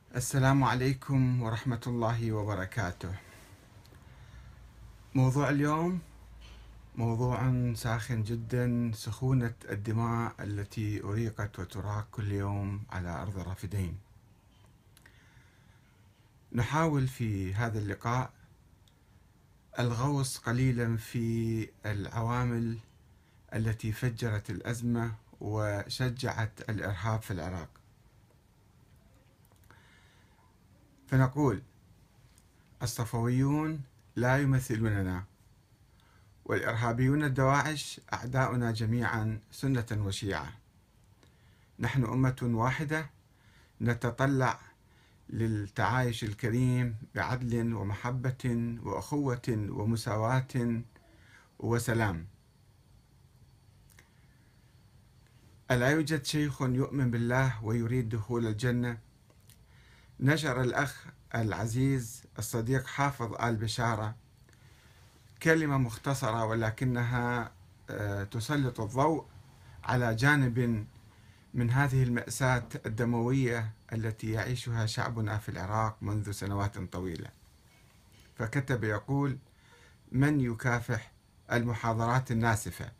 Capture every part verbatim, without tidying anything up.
السلام عليكم ورحمة الله وبركاته. موضوع اليوم موضوع ساخن جدا، سخونة الدماء التي أريقت وتراق كل يوم على أرض الرافدين. نحاول في هذا اللقاء الغوص قليلا في العوامل التي فجرت الأزمة وشجعت الإرهاب في العراق. فنقول: الصفويون لا يمثلوننا، والإرهابيون الدواعش أعداؤنا جميعا سنة وشيعة. نحن أمة واحدة نتطلع للتعايش الكريم بعدل ومحبة وأخوة ومساواة وسلام. ألا يوجد شيخ يؤمن بالله ويريد دخول الجنة؟ نشر الأخ العزيز الصديق حافظ آل بشارة كلمة مختصرة، ولكنها تسلط الضوء على جانب من هذه المأساة الدموية التي يعيشها شعبنا في العراق منذ سنوات طويلة. فكتب يقول: من يكافح المحاضرات الناسفة؟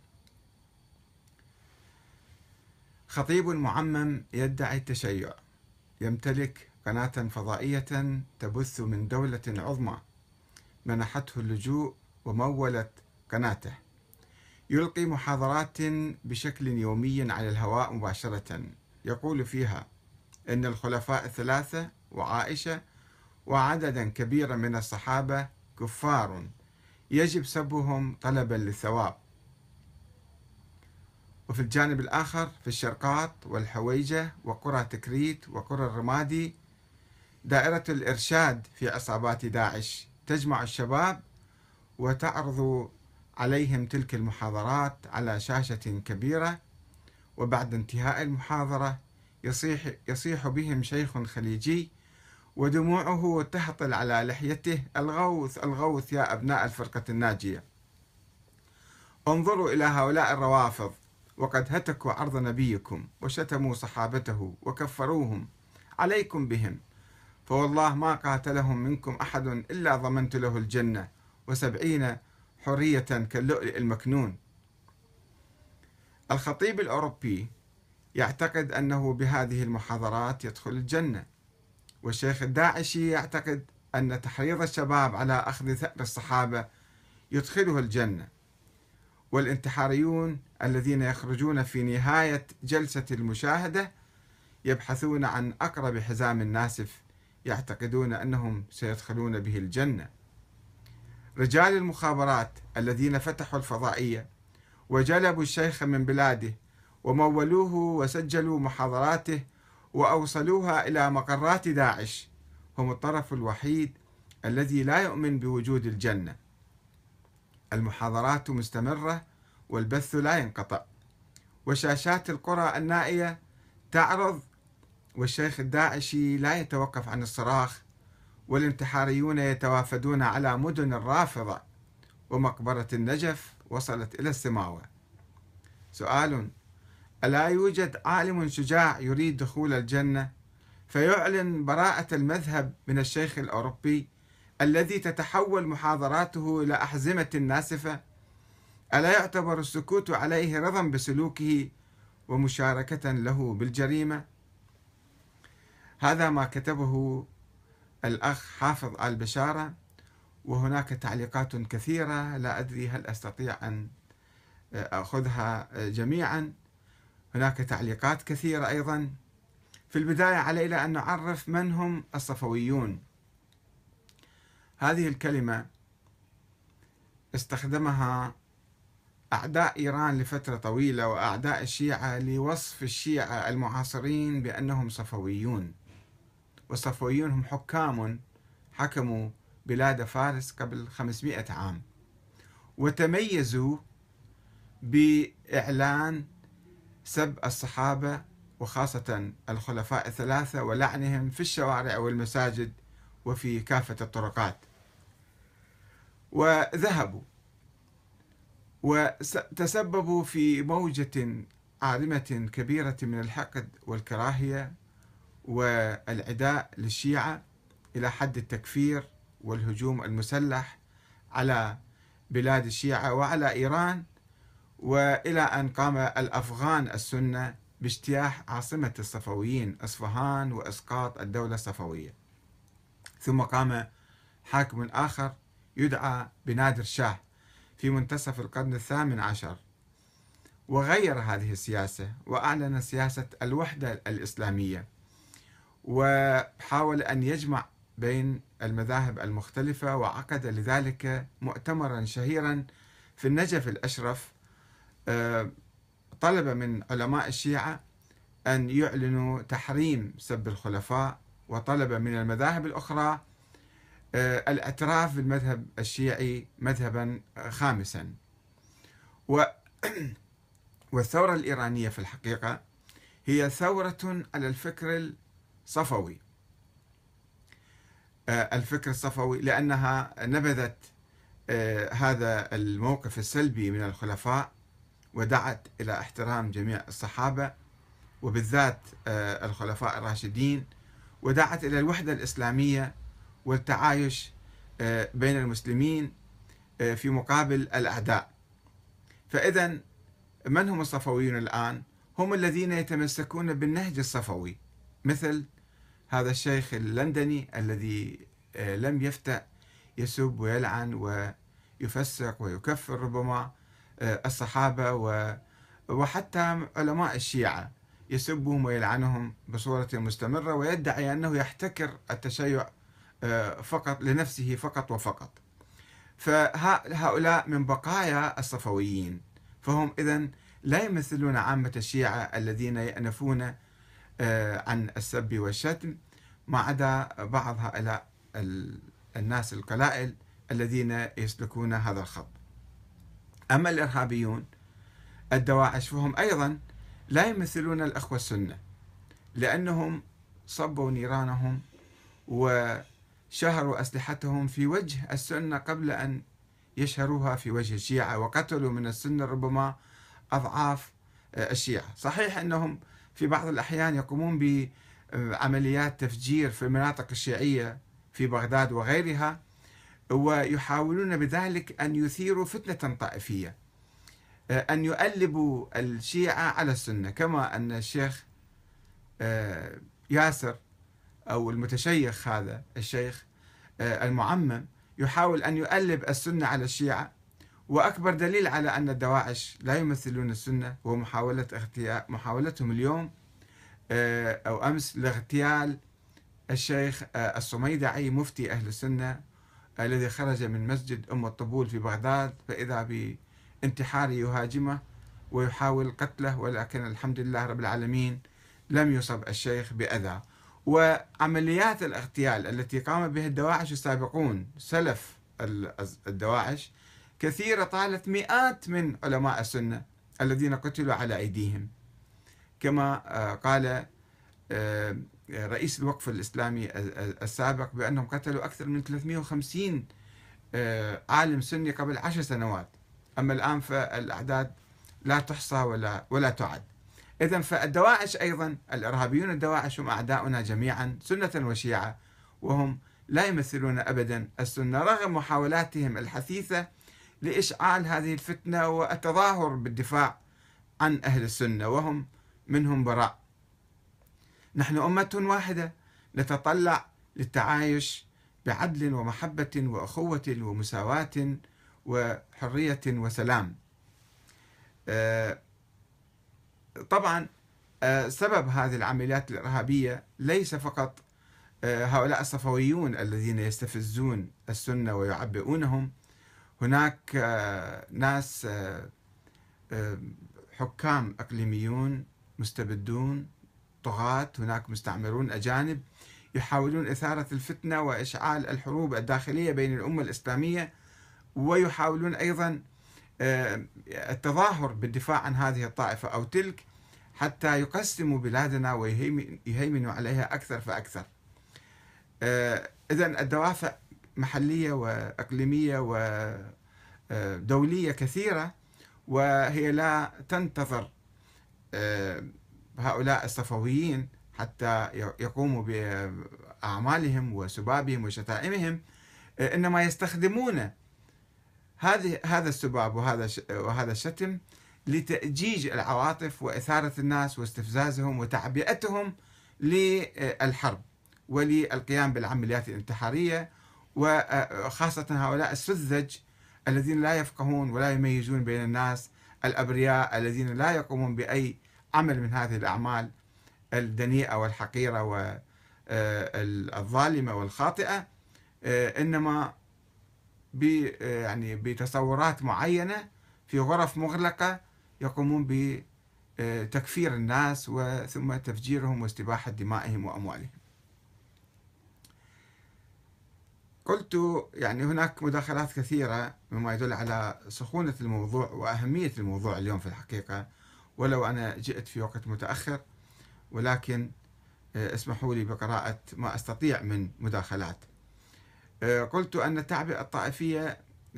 خطيب معمم يدعي التشيع، يمتلك قناة فضائية تبث من دولة عظمى منحته اللجوء ومولت قناته، يلقي محاضرات بشكل يومي على الهواء مباشرة، يقول فيها إن الخلفاء الثلاثة وعائشة وعددا كبيرا من الصحابة كفار يجب سبهم طلبا للثواب. وفي الجانب الآخر في الشرقاط والحويجة وقرى تكريت وقرى الرمادي دائرة الإرشاد في عصابات داعش تجمع الشباب وتعرض عليهم تلك المحاضرات على شاشة كبيرة، وبعد انتهاء المحاضرة يصيح, يصيح بهم شيخ خليجي ودموعه تهطل على لحيته: الغوث الغوث يا أبناء الفرقة الناجية، انظروا إلى هؤلاء الروافض، وقد هتكوا عرض نبيكم وشتموا صحابته وكفروهم، عليكم بهم، فوالله ما قاتلهم منكم أحد إلا ضمنت له الجنة وسبعين حرية كاللؤلؤ المكنون. الخطيب الأوروبي يعتقد أنه بهذه المحاضرات يدخل الجنة، والشيخ الداعشي يعتقد أن تحريض الشباب على أخذ ثأر الصحابة يدخله الجنة، والانتحاريون الذين يخرجون في نهاية جلسة المشاهدة يبحثون عن أقرب حزام ناسف يعتقدون أنهم سيدخلون به الجنة. رجال المخابرات الذين فتحوا الفضائية وجلبوا الشيخ من بلاده ومولوه وسجلوا محاضراته وأوصلوها إلى مقرات داعش هم الطرف الوحيد الذي لا يؤمن بوجود الجنة. المحاضرات مستمرة والبث لا ينقطع، وشاشات القرى النائية تعرض، والشيخ الداعشي لا يتوقف عن الصراخ، والانتحاريون يتوافدون على مدن الرافضة، ومقبرة النجف وصلت إلى السماوة. سؤال: ألا يوجد عالم شجاع يريد دخول الجنة فيعلن براءة المذهب من الشيخ الأوروبي الذي تتحول محاضراته إلى أحزمة ناسفة؟ ألا يعتبر السكوت عليه رضا بسلوكه ومشاركة له بالجريمة؟ هذا ما كتبه الأخ حافظ آل بشارة، وهناك تعليقات كثيرة لا أدري هل أستطيع أن أخذها جميعا. هناك تعليقات كثيرة أيضا. في البداية علينا أن نعرف من هم الصفويون. هذه الكلمة استخدمها أعداء إيران لفترة طويلة وأعداء الشيعة لوصف الشيعة المعاصرين بأنهم صفويون، والصفويون هم حكام حكموا بلاد فارس قبل خمسمائة عام، وتميزوا بإعلان سب الصحابة وخاصة الخلفاء الثلاثة ولعنهم في الشوارع والمساجد وفي كافة الطرقات، وذهبوا وتسببوا في موجة عارمة كبيرة من الحقد والكراهية والعداء للشيعة إلى حد التكفير والهجوم المسلح على بلاد الشيعة وعلى إيران، وإلى أن قام الأفغان السنة باجتياح عاصمة الصفويين أصفهان وإسقاط الدولة الصفوية. ثم قام حاكم آخر يدعى بنادر شاه في منتصف القرن الثامن عشر وغير هذه السياسة وأعلن سياسة الوحدة الإسلامية، وحاول أن يجمع بين المذاهب المختلفة، وعقد لذلك مؤتمرا شهيرا في النجف الأشرف. طلب من علماء الشيعة أن يعلنوا تحريم سب الخلفاء، وطلب من المذاهب الأخرى الاعتراف بالمذهب الشيعي مذهبا خامسا. والثورة الإيرانية في الحقيقة هي ثورة على الفكر الصفوي، الفكر الصفوي، لأنها نبذت هذا الموقف السلبي من الخلفاء ودعت إلى احترام جميع الصحابة وبالذات الخلفاء الراشدين، ودعت إلى الوحدة الإسلامية والتعايش بين المسلمين في مقابل الأعداء. فإذا من هم الصفويون الآن؟ هم الذين يتمسكون بالنهج الصفوي، مثل هذا الشيخ اللندني الذي لم يفتأ يسب ويلعن ويفسق ويكفر ربما الصحابة، وحتى علماء الشيعة يسبهم ويلعنهم بصورة مستمرة، ويدعي أنه يحتكر التشيع فقط لنفسه فقط وفقط. فهؤلاء من بقايا الصفويين، فهم إذن لا يمثلون عامة الشيعة الذين يأنفون عن السب والشتم، ما عدا بعض هؤلاء الناس القلائل الذين يسلكون هذا الخط. أما الإرهابيون الدواعش فهم أيضا لا يمثلون الأخوة السنة، لأنهم صبوا نيرانهم وشهروا أسلحتهم في وجه السنة قبل أن يشهروها في وجه الشيعة، وقتلوا من السنة ربما أضعاف الشيعة. صحيح أنهم في بعض الأحيان يقومون بعمليات تفجير في المناطق الشيعية في بغداد وغيرها، ويحاولون بذلك أن يثيروا فتنة طائفية، أن يؤلبوا الشيعة على السنة، كما أن الشيخ ياسر أو المتشيخ هذا الشيخ المعمم يحاول أن يؤلب السنة على الشيعة. وأكبر دليل على أن الدواعش لا يمثلون السنة هو محاولة اغتيال محاولتهم اليوم أو أمس لاغتيال الشيخ الصميدعي مفتي أهل السنة الذي خرج من مسجد أم الطبول في بغداد، فإذا بانتحار يهاجمه ويحاول قتله، ولكن الحمد لله رب العالمين لم يصب الشيخ بأذى. وعمليات الاغتيال التي قام بها الدواعش السابقون سلف الدواعش كثيرة، طالت مئات من علماء السنة الذين قتلوا على أيديهم، كما قال رئيس الوقف الإسلامي السابق بأنهم قتلوا أكثر من ثلاثمئة وخمسين عالم سني قبل عشر سنوات، أما الآن فالأعداد لا تحصى ولا ولا تعد. إذن فالدواعش أيضا، الإرهابيون الدواعش هم أعداؤنا جميعا سنة وشيعة، وهم لا يمثلون أبدا السنة رغم محاولاتهم الحثيثة لإشعال هذه الفتنة والتظاهر بالدفاع عن أهل السنة، وهم منهم براء. نحن أمة واحدة نتطلع للتعايش بعدل ومحبة وأخوة ومساواة وحرية وسلام. طبعا سبب هذه العمليات الإرهابية ليس فقط هؤلاء الصفويون الذين يستفزون السنة ويعبئونهم، هناك ناس حكام إقليميون مستبدون طغاة، هناك مستعمرون أجانب يحاولون إثارة الفتنة وإشعال الحروب الداخلية بين الأمة الإسلامية، ويحاولون أيضا التظاهر بالدفاع عن هذه الطائفة أو تلك حتى يقسموا بلادنا ويهيمنوا عليها أكثر فأكثر. إذن الدوافع محلية وإقليمية ودولية كثيرة، وهي لا تنتظر هؤلاء الصفويين حتى يقوموا بأعمالهم وسبابهم وشتائمهم، إنما يستخدمون هذه هذا السباب وهذا وهذا الشتم لتأجيج العواطف وإثارة الناس واستفزازهم وتعبئتهم للحرب وللقيام بالعمليات الانتحارية، وخاصة هؤلاء السذج الذين لا يفقهون ولا يميزون بين الناس الأبرياء الذين لا يقومون بأي عمل من هذه الأعمال الدنيئة والحقيرة والظالمة والخاطئة، إنما يعني بتصورات معينة في غرف مغلقة يقومون بتكفير الناس وثم تفجيرهم واستباحة دمائهم وأموالهم. قلت يعني هناك مداخلات كثيرة مما يدل على سخونة الموضوع وأهمية الموضوع اليوم في الحقيقة، ولو أنا جئت في وقت متأخر، ولكن اسمحوا لي بقراءة ما أستطيع من مداخلات. قلت أن التعبئة الطائفية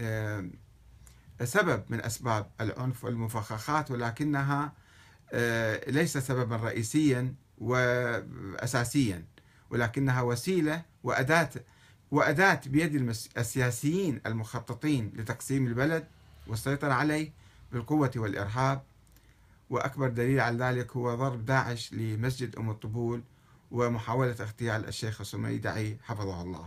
سبب من أسباب العنف والمفخخات، ولكنها ليس سببا رئيسيا وأساسيا، ولكنها وسيلة وأداة وأداة بيد السياسيين المخططين لتقسيم البلد والسيطرة عليه بالقوة والإرهاب. وأكبر دليل على ذلك هو ضرب داعش لمسجد أم الطبول ومحاولة اغتيال الشيخ السميدعي حفظه الله.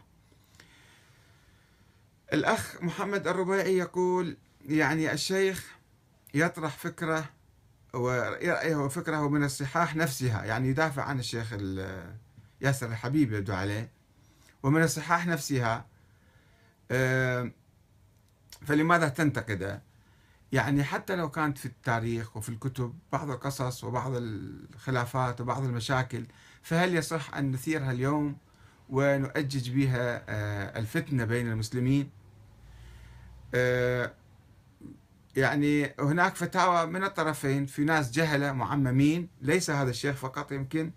الأخ محمد الربيعي يقول يعني الشيخ يطرح فكرة ورأيه فكره من الصحاح نفسها، يعني يدافع عن الشيخ ياسر الحبيب يبدو عليه، ومن الصحاح نفسها، فلماذا تنتقده؟ يعني حتى لو كانت في التاريخ وفي الكتب بعض القصص وبعض الخلافات وبعض المشاكل، فهل يصح أن نثيرها اليوم ونؤجج بها الفتنة بين المسلمين؟ يعني هناك فتاوى من الطرفين، في ناس جهلة معممين، ليس هذا الشيخ فقط، يمكن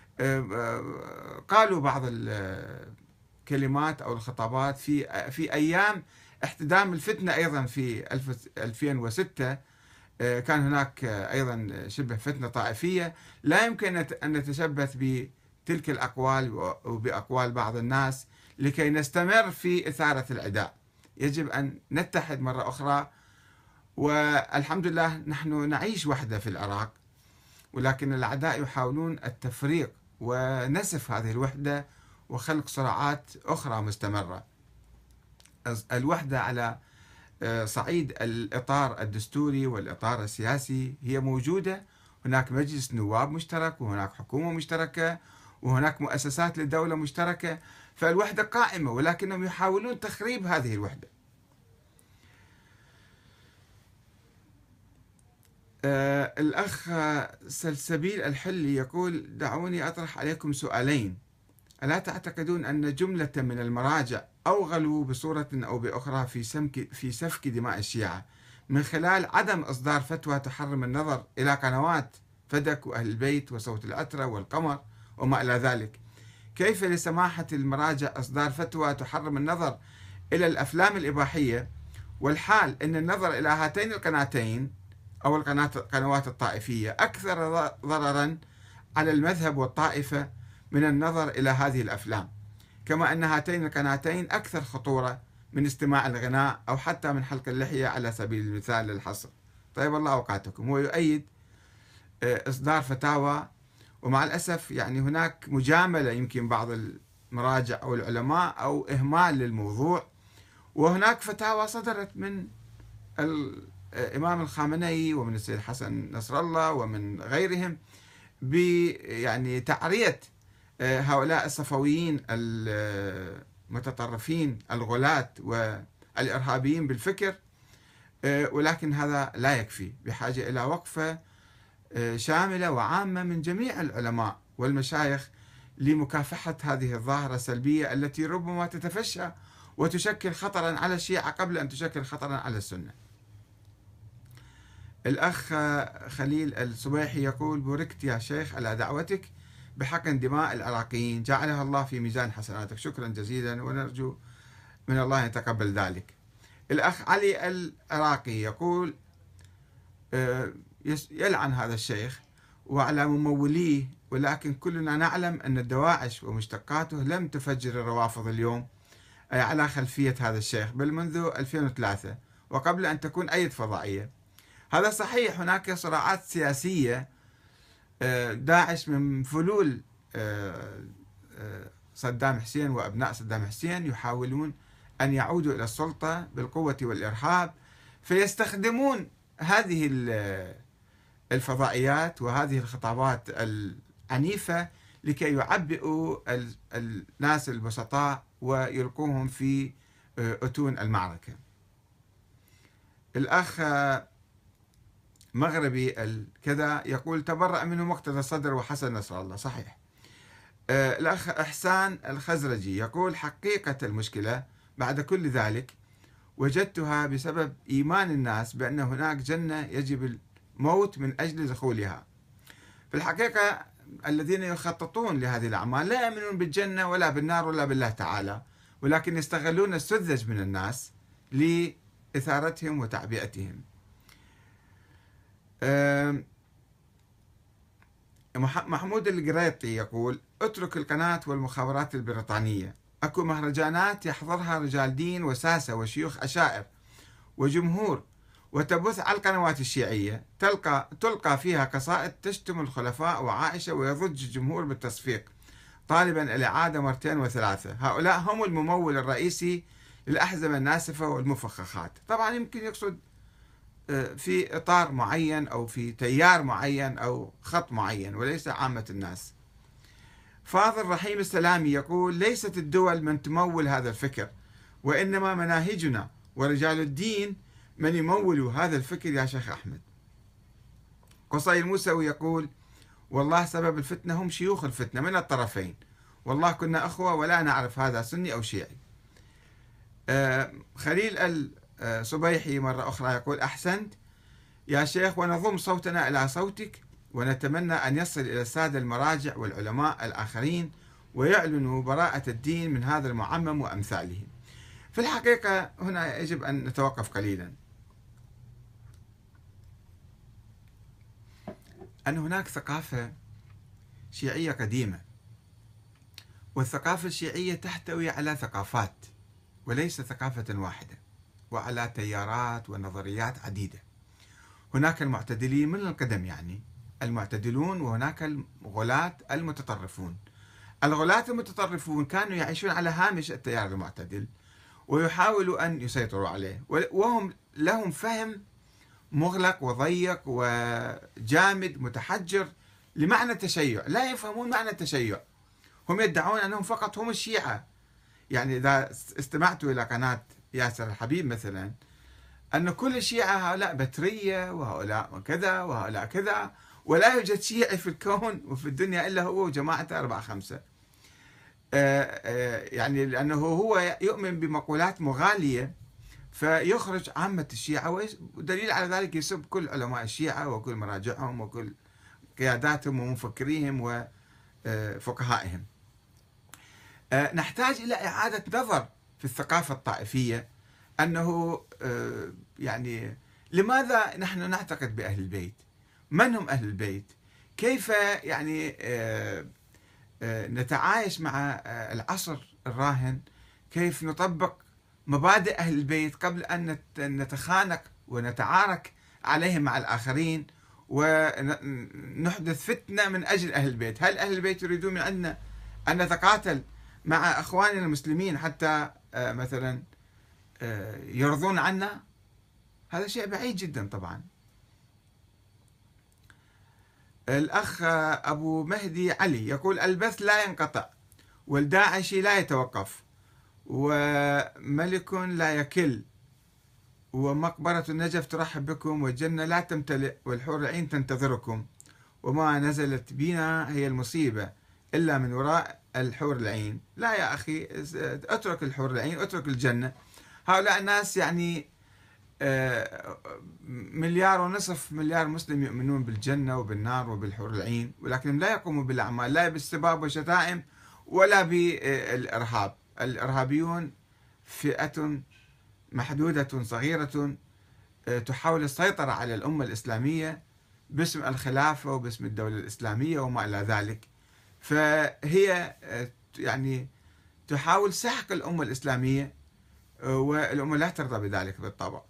قالوا بعض الكلمات أو الخطابات في في أيام احتدام الفتنة أيضا في ألفين وستة، كان هناك أيضا شبه فتنة طائفية. لا يمكن أن نتشبث بتلك الأقوال وبأقوال بعض الناس لكي نستمر في إثارة العداء. يجب أن نتحد مرة أخرى، والحمد لله نحن نعيش وحدة في العراق، ولكن الأعداء يحاولون التفريق ونسف هذه الوحدة وخلق صراعات أخرى مستمرة. الوحدة على صعيد الإطار الدستوري والإطار السياسي هي موجودة، هناك مجلس نواب مشترك وهناك حكومة مشتركة وهناك مؤسسات للدولة مشتركة، فالوحدة قائمة، ولكنهم يحاولون تخريب هذه الوحدة. آه الأخ سلسبيل الحلي يقول دعوني أطرح عليكم سؤالين. ألا تعتقدون أن جملة من المراجع أوغلوا بصورة أو بأخرى في سمك في سفك دماء الشيعة من خلال عدم إصدار فتوى تحرم النظر إلى قنوات فدك وأهل البيت وصوت العترة والقمر وما إلى ذلك؟ كيف لسماحة المراجع إصدار فتوى تحرم النظر إلى الأفلام الإباحية، والحال أن النظر إلى هاتين القناتين أو القنوات الطائفية أكثر ضررا على المذهب والطائفة من النظر إلى هذه الأفلام، كما أن هاتين القناتين أكثر خطورة من استماع الغناء أو حتى من حلق اللحية على سبيل المثال للحصر. طيب الله أوقاتكم. هو يؤيد إصدار فتاوى، ومع الأسف يعني هناك مجاملة يمكن بعض المراجع أو العلماء أو إهمال للموضوع، وهناك فتاوى صدرت من الإمام الخامنئي ومن السيد حسن نصر الله ومن غيرهم ب يعني تعرية هؤلاء الصفويين المتطرفين الغلاة والإرهابيين بالفكر، ولكن هذا لا يكفي، بحاجة إلى وقفة شاملة وعامة من جميع العلماء والمشايخ لمكافحة هذه الظاهرة السلبية التي ربما تتفشى وتشكل خطرا على الشيعة قبل أن تشكل خطرا على السنة. الأخ خليل الصبيحي يقول بوركت يا شيخ على دعوتك بحقن دماء العراقيين، جعلها الله في ميزان حسناتك. شكرا جزيلا، ونرجو من الله أن يتقبل ذلك. الأخ علي العراقي يقول يلعن هذا الشيخ وعلى مموليه ولكن كلنا نعلم أن الدواعش ومشتقاته لم تفجر الروافض اليوم على خلفية هذا الشيخ، بل منذ ألفين وثلاثة وقبل أن تكون أي فضائية. هذا صحيح، هناك صراعات سياسية، داعش من فلول صدام حسين وأبناء صدام حسين يحاولون أن يعودوا إلى السلطة بالقوة والإرهاب، فيستخدمون هذه الفضائيات وهذه الخطابات العنيفة لكي يعبئوا الناس البسطاء ويلقوهم في أتون المعركة. الأخ مغربي كذا يقول تبرأ منه مقتدى الصدر وحسن نصر الله. صحيح. الأخ إحسان الخزرجي يقول حقيقة المشكلة بعد كل ذلك وجدتها بسبب إيمان الناس بأن هناك جنة يجب الموت من أجل دخولها. في الحقيقة الذين يخططون لهذه الأعمال لا يؤمنون بالجنة ولا بالنار ولا بالله تعالى، ولكن يستغلون السذج من الناس لإثارتهم وتعبئتهم. محمود القريطي يقول اترك القناة والمخابرات البريطانية، اكو مهرجانات يحضرها رجال دين وساسة وشيوخ أشائر وجمهور، وتبث على القنوات الشيعية تلقى تلقى فيها قصائد تشتم الخلفاء وعائشة ويضج الجمهور بالتصفيق طالبا الإعادة مرتين وثلاثة. هؤلاء هم الممول الرئيسي للأحزمة الناسفة والمفخخات. طبعا يمكن يقصد في إطار معين أو في تيار معين أو خط معين وليس عامة الناس. فاضل رحيم السلامي يقول ليست الدول من تمول هذا الفكر، وإنما مناهجنا ورجال الدين من يمولوا هذا الفكر يا شيخ أحمد. قصي الموسوي يقول والله سبب الفتنة هم شيوخ الفتنة من الطرفين، والله كنا أخوة ولا نعرف هذا سني أو شيعي. آه خليل الصبيحي مرة أخرى يقول أحسنت يا شيخ، ونضم صوتنا إلى صوتك ونتمنى أن يصل إلى السادة المراجع والعلماء الآخرين ويعلنوا براءة الدين من هذا المعمم وأمثاله. في الحقيقة هنا يجب أن نتوقف قليلا. أن هناك ثقافة شيعية قديمة، والثقافة الشيعية تحتوي على ثقافات وليس ثقافة واحدة، وعلى تيارات ونظريات عديدة. هناك المعتدلين من القدم، يعني المعتدلون، وهناك الغلاة المتطرفون. الغلاة المتطرفون كانوا يعيشون على هامش التيار المعتدل ويحاولوا أن يسيطروا عليه، وهم لهم فهم مغلق وضيق وجامد متحجر لمعنى التشيع، لا يفهمون معنى التشيع. هم يدعون أنهم فقط هم الشيعة. يعني إذا استمعتوا إلى قناة ياسر الحبيب مثلا، أن كل الشيعة هؤلاء بترية وهؤلاء كذا وهؤلاء كذا، ولا يوجد شيعي في الكون وفي الدنيا إلا هو وجماعته أربعة خمسة. يعني لأنه هو يؤمن بمقولات مغالية فيخرج عامة الشيعة، ودليل على ذلك يسب كل علماء الشيعة وكل مراجعهم وكل قياداتهم ومفكريهم وفقهائهم. نحتاج إلى إعادة نظر في الثقافة الطائفية، أنه يعني لماذا نحن نعتقد بأهل البيت؟ من هم أهل البيت؟ كيف يعني نتعايش مع العصر الراهن؟ كيف نطبق مبادئ أهل البيت قبل أن نتخانق ونتعارك عليهم مع الآخرين ونحدث فتنة من أجل أهل البيت؟ هل أهل البيت يريدون من عندنا أن نتقاتل مع أخواننا المسلمين حتى مثلا يرضون عنا؟ هذا شيء بعيد جدا طبعا. الأخ أبو مهدي علي يقول البث لا ينقطع، والداعشي لا يتوقف، وملك لا يكل، ومقبرة النجف ترحب بكم، والجنة لا تمتلئ، والحور العين تنتظركم، وما نزلت بنا هي المصيبة إلا من وراء الحور العين. لا يا أخي، اترك الحور العين، اترك الجنة. هؤلاء الناس يعني مليار ونصف مليار مسلم يؤمنون بالجنة وبالنار وبالحور العين، ولكنهم لا يقوموا بالأعمال، لا بالسباب والشتائم ولا بالإرهاب. الإرهابيون فئة محدودة صغيرة تحاول السيطرة على الأمة الإسلامية باسم الخلافة وباسم الدولة الإسلامية وما إلى ذلك. فهي يعني تحاول سحق الأمة الإسلامية، والأمة لا ترضى بذلك بالطبع.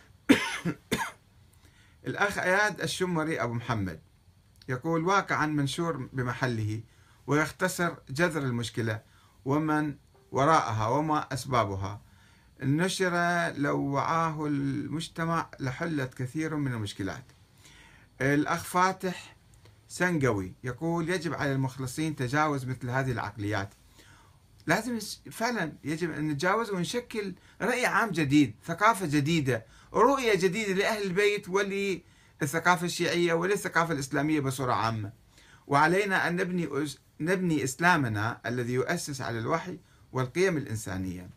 الأخ أياد الشمري أبو محمد يقول: واقعا منشور بمحله ويختصر جذر المشكلة ومن وراءها وما أسبابها. نشر لو وعاه المجتمع لحلت كثير من المشكلات. الأخ فاتح سنقوي يقول: يجب على المخلصين تجاوز مثل هذه العقليات. لازم فعلا يجب أن نتجاوز ونشكل رأي عام جديد، ثقافة جديدة، رؤية جديدة لأهل البيت وللثقافة الشيعية وللثقافة الإسلامية بصورة عامة. وعلينا أن نبني نبني إسلامنا الذي يؤسس على الوحي والقيم الإنسانية.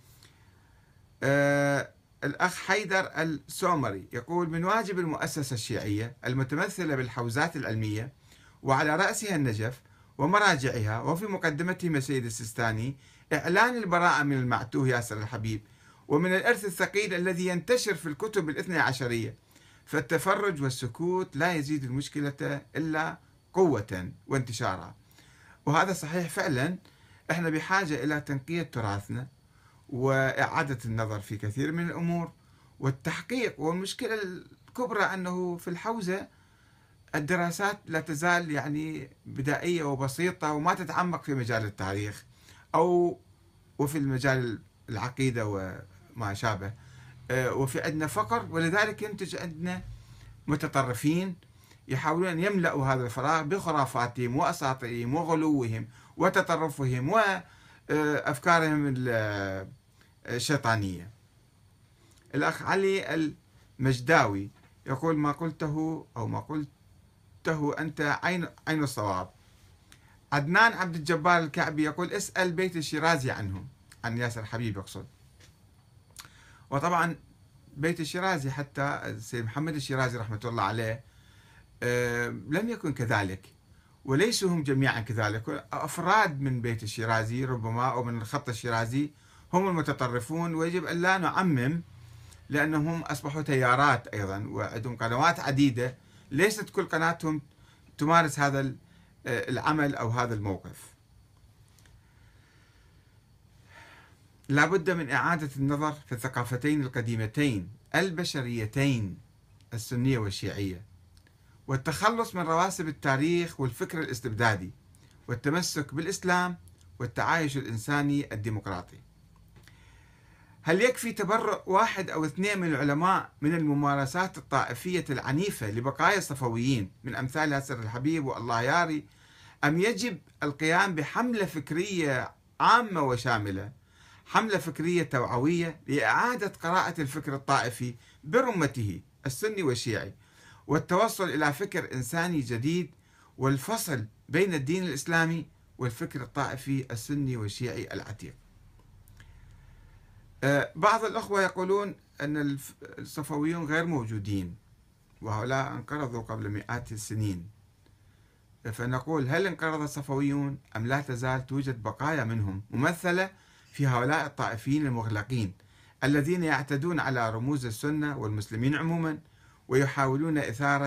أه الأخ حيدر السومري يقول: من واجب المؤسسة الشيعية المتمثلة بالحوزات العلمية وعلى رأسها النجف ومراجعها وفي مقدمتهم السيد السيستاني إعلان البراءة من المعتوه ياسر الحبيب ومن الإرث الثقيل الذي ينتشر في الكتب الاثنى عشرية، فالتفرج والسكوت لا يزيد المشكلة إلا قوة وانتشارها. وهذا صحيح فعلا. احنا بحاجة إلى تنقية تراثنا وإعادة النظر في كثير من الأمور والتحقيق. والمشكلة الكبرى أنه في الحوزة الدراسات لا تزال يعني بدائية وبسيطة وما تتعمق في مجال التاريخ أو وفي المجال العقيدة وما شابه. وفي عندنا فقر، ولذلك ينتج عندنا متطرفين يحاولون أن يملأوا هذا الفراغ بخرافاتهم وأساطيرهم وغلوهم وتطرفهم وأفكارهم الشيطانية. الأخ علي المجداوي يقول: ما قلته أو ما قلته أنت عين عين الصواب. عدنان عبد الجبار الكعبي يقول: اسأل بيت الشيرازي عنهم، عن ياسر حبيب يقصد. وطبعا بيت الشيرازي حتى السيد محمد الشيرازي رحمة الله عليه أه لم يكن كذلك، وليسوا هم جميعا كذلك. أفراد من بيت الشيرازي ربما أو من الخط الشيرازي هم المتطرفون، ويجب أن لا نعمم لأنهم أصبحوا تيارات أيضا وعندهم قنوات عديدة، ليست كل قناتهم تمارس هذا العمل أو هذا الموقف. لا بد من إعادة النظر في الثقافتين القديمتين البشريتين السنية والشيعية، والتخلص من رواسب التاريخ والفكر الاستبدادي، والتمسك بالإسلام والتعايش الإنساني الديمقراطي. هل يكفي تبرؤ واحد أو اثنين من العلماء من الممارسات الطائفية العنيفة لبقايا الصفويين من أمثال ياسر الحبيب والله ياري، أم يجب القيام بحملة فكرية عامة وشاملة، حملة فكرية توعوية لإعادة قراءة الفكر الطائفي برمته السني والشيعي، والتوصل إلى فكر إنساني جديد، والفصل بين الدين الإسلامي والفكر الطائفي السني والشيعي العتيق؟ بعض الأخوة يقولون أن الصفويون غير موجودين وهؤلاء انقرضوا قبل مئات السنين، فنقول: هل انقرض الصفويون أم لا تزال توجد بقايا منهم ممثلة في هؤلاء الطائفيين المغلقين الذين يعتدون على رموز السنة والمسلمين عموما ويحاولون إثارة